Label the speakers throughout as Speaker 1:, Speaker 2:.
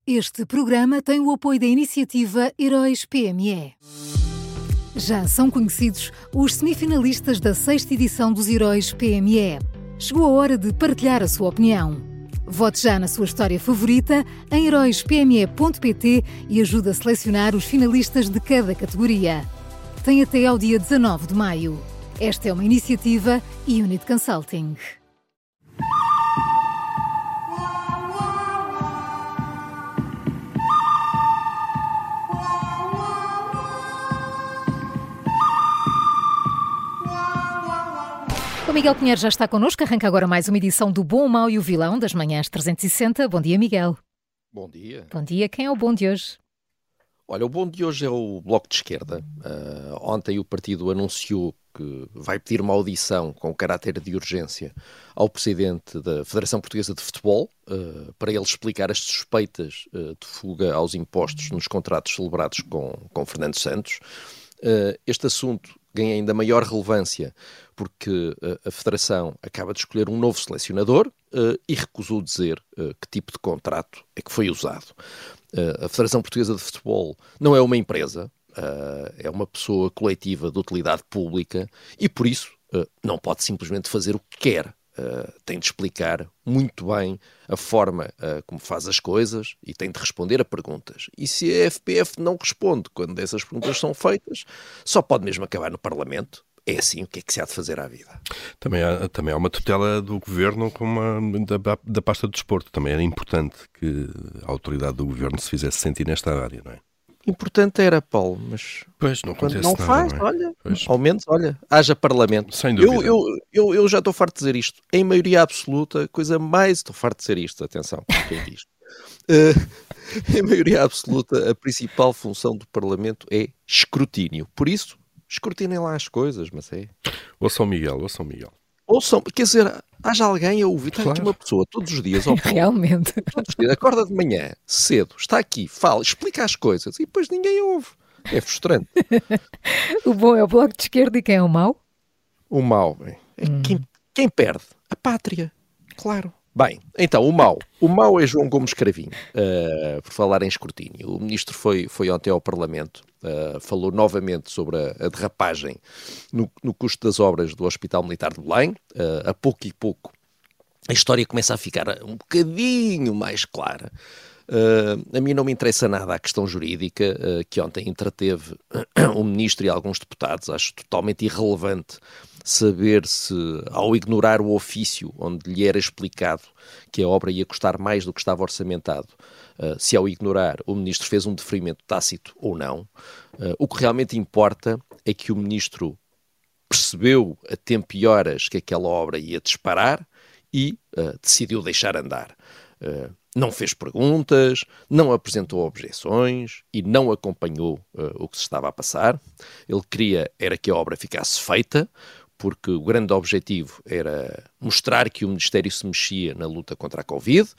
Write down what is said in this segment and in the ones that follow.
Speaker 1: Este programa tem o apoio da iniciativa Heróis PME. Já são conhecidos os semifinalistas da 6ª edição dos Heróis PME. Chegou a hora de partilhar a sua opinião. Vote já na sua história favorita em heróispme.pt e ajude a selecionar os finalistas de cada categoria. Tem até ao dia 19 de maio. Esta é uma iniciativa Unit Consulting. O Miguel Pinheiro já está connosco. Arranca agora mais uma edição do Bom, o Mau e o Vilão das Manhãs 360. Bom dia, Miguel.
Speaker 2: Bom dia.
Speaker 1: Bom dia. Quem é o bom de hoje?
Speaker 2: Olha, o bom de hoje é o Bloco de Esquerda. Ontem o partido anunciou que vai pedir uma audição com caráter de urgência ao presidente da Federação Portuguesa de Futebol para ele explicar as suspeitas de fuga aos impostos nos contratos celebrados com Fernando Santos. Este assunto ganha ainda maior relevância porque a Federação acaba de escolher um novo selecionador e recusou dizer que tipo de contrato é que foi usado. A Federação Portuguesa de Futebol não é uma empresa, é uma pessoa coletiva de utilidade pública e, por isso, não pode simplesmente fazer o que quer. Tem de explicar muito bem a forma como faz as coisas e tem de responder a perguntas. E se a FPF não responde quando essas perguntas são feitas, só pode mesmo acabar no Parlamento. É assim, o que é que se há de fazer à vida?
Speaker 3: Também há uma tutela do Governo da pasta do desporto. Também era importante que a autoridade do Governo se fizesse sentir nesta área, não é?
Speaker 2: Importante era, Paulo, mas
Speaker 3: pois, não
Speaker 2: quando
Speaker 3: acontece
Speaker 2: não
Speaker 3: nada,
Speaker 2: faz,
Speaker 3: não é?
Speaker 2: olha,
Speaker 3: Pois.
Speaker 2: ao menos, olha, haja Parlamento.
Speaker 3: Sem dúvida.
Speaker 2: Eu já estou farto de dizer isto. Em maioria absoluta, coisa mais... Estou farto de dizer isto, atenção, quem diz. Em maioria absoluta, a principal função do Parlamento é escrutínio. Por isso, escrutinem lá as coisas, mas é...
Speaker 3: Ouçam Miguel.
Speaker 2: Ouçam, quer dizer, haja alguém a ouvir. Está aqui
Speaker 3: Claro.
Speaker 2: uma pessoa todos os dias, ao Paulo,
Speaker 1: Realmente.
Speaker 2: todos os dias, acorda de manhã, cedo, está aqui, fala, explica as coisas e depois ninguém ouve. É frustrante.
Speaker 1: O bom é o Bloco de Esquerda e quem é o mau?
Speaker 2: O mau, bem, é quem perde? A pátria, claro. Bem, então, o mau. O mau é João Gomes Cravinho, por falar em escrutínio. O ministro foi ontem ao Parlamento, falou novamente sobre a derrapagem no custo das obras do Hospital Militar de Belém. A pouco e pouco, a história começa a ficar um bocadinho mais clara. A mim não me interessa nada a questão jurídica que ontem entreteve o ministro e alguns deputados. Acho totalmente irrelevante saber se, ao ignorar o ofício onde lhe era explicado que a obra ia custar mais do que estava orçamentado, se ao ignorar o ministro fez um deferimento tácito ou não. O que realmente importa é que o ministro percebeu a tempo e horas que aquela obra ia disparar e decidiu deixar andar. Não fez perguntas, não apresentou objeções e não acompanhou o que se estava a passar. Ele queria era que a obra ficasse feita, porque o grande objetivo era mostrar que o Ministério se mexia na luta contra a Covid,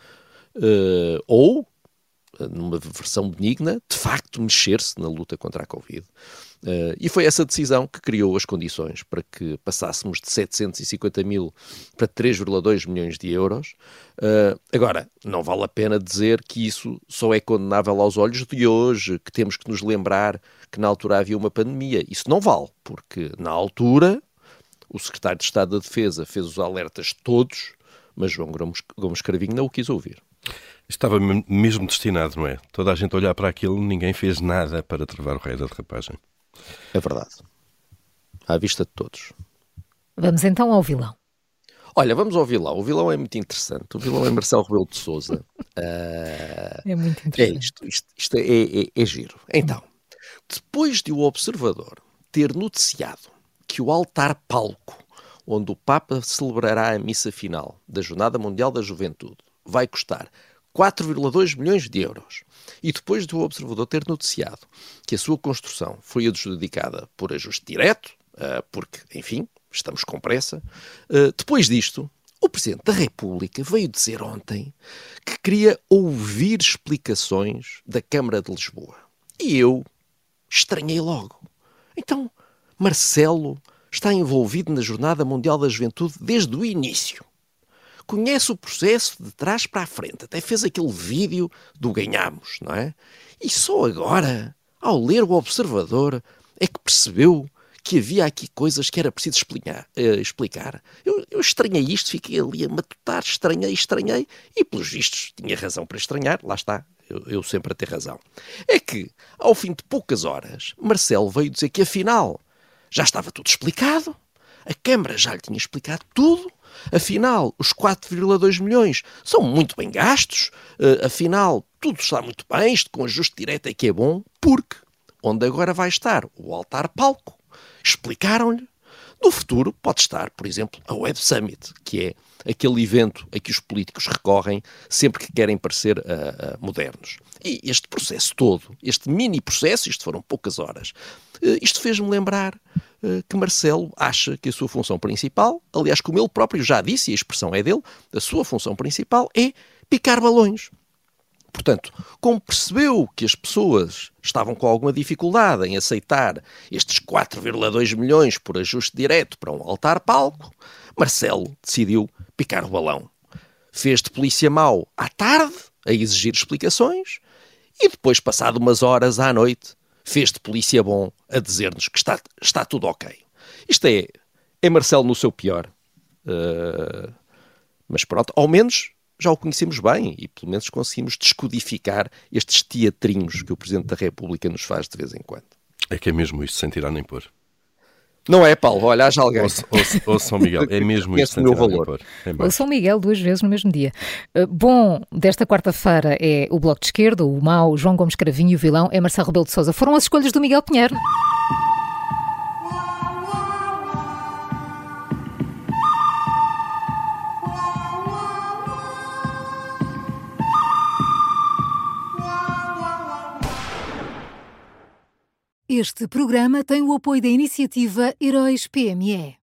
Speaker 2: ou, numa versão benigna, de facto mexer-se na luta contra a Covid. E foi essa decisão que criou as condições para que passássemos de 750 mil para 3,2 milhões de euros. Agora, não vale a pena dizer que isso só é condenável aos olhos de hoje, que temos que nos lembrar que na altura havia uma pandemia. Isso não vale, porque na altura o secretário de Estado da Defesa fez os alertas todos, mas João Gomes Cravinho não o quis ouvir.
Speaker 3: Estava mesmo destinado, não é? Toda a gente a olhar para aquilo, ninguém fez nada para travar o rei da derrapagem.
Speaker 2: É verdade. À vista de todos.
Speaker 1: Vamos então ao vilão.
Speaker 2: Olha, vamos ao vilão. O vilão é muito interessante. O vilão é Marcelo Rebelo de Sousa.
Speaker 1: É muito
Speaker 2: É
Speaker 1: interessante.
Speaker 2: isto é giro. Então, depois de o Observador ter noticiado que o altar-palco, onde o Papa celebrará a missa final da Jornada Mundial da Juventude, vai custar 4,2 milhões de euros, e depois do Observador ter noticiado que a sua construção foi adjudicada por ajuste direto, porque, enfim, estamos com pressa, depois disto, o Presidente da República veio dizer ontem que queria ouvir explicações da Câmara de Lisboa. E eu estranhei logo. Então, Marcelo está envolvido na Jornada Mundial da Juventude desde o início. conhece o processo de trás para a frente, até fez aquele vídeo do ganhamos, não é? E só agora, ao ler o Observador, é que percebeu que havia aqui coisas que era preciso explicar. Eu estranhei isto, fiquei ali a matutar, estranhei, e pelos vistos tinha razão para estranhar, lá está, eu sempre a ter razão. É que, ao fim de poucas horas, Marcelo veio dizer que afinal já estava tudo explicado, a Câmara já lhe tinha explicado tudo, afinal os 4,2 milhões são muito bem gastos, afinal tudo está muito bem, isto com ajuste direto é que é bom, porque onde agora vai estar o altar-palco, explicaram-lhe, no futuro pode estar, por exemplo, a Web Summit, que é aquele evento a que os políticos recorrem sempre que querem parecer modernos. E este processo todo, este mini processo, isto foram poucas horas, isto fez-me lembrar que Marcelo acha que a sua função principal, aliás, como ele próprio já disse, e a expressão é dele, a sua função principal é picar balões. Portanto, como percebeu que as pessoas estavam com alguma dificuldade em aceitar estes 4,2 milhões por ajuste direto para um altar-palco, Marcelo decidiu picar o balão. Fez de polícia mau à tarde, a exigir explicações, e depois, passado umas horas à noite, fez de polícia bom a dizer-nos que está tudo ok. Isto é Marcelo no seu pior. Mas pronto, ao menos já o conhecemos bem e pelo menos conseguimos descodificar estes teatrinhos que o Presidente da República nos faz de vez em quando.
Speaker 3: É que é mesmo isto, sem tirar nem pôr.
Speaker 2: Não é, Paulo? Olha, haja alguém.
Speaker 3: Ou São Miguel, é mesmo isto, sem tirar nem pôr.
Speaker 4: Ou São Miguel 2 vezes no mesmo dia. Bom, desta quarta-feira é o Bloco de Esquerda, o mau, João Gomes Cravinho e o vilão é Marcelo Rebelo de Sousa. Foram as escolhas do Miguel Pinheiro.
Speaker 1: Este programa tem o apoio da iniciativa Heróis PME.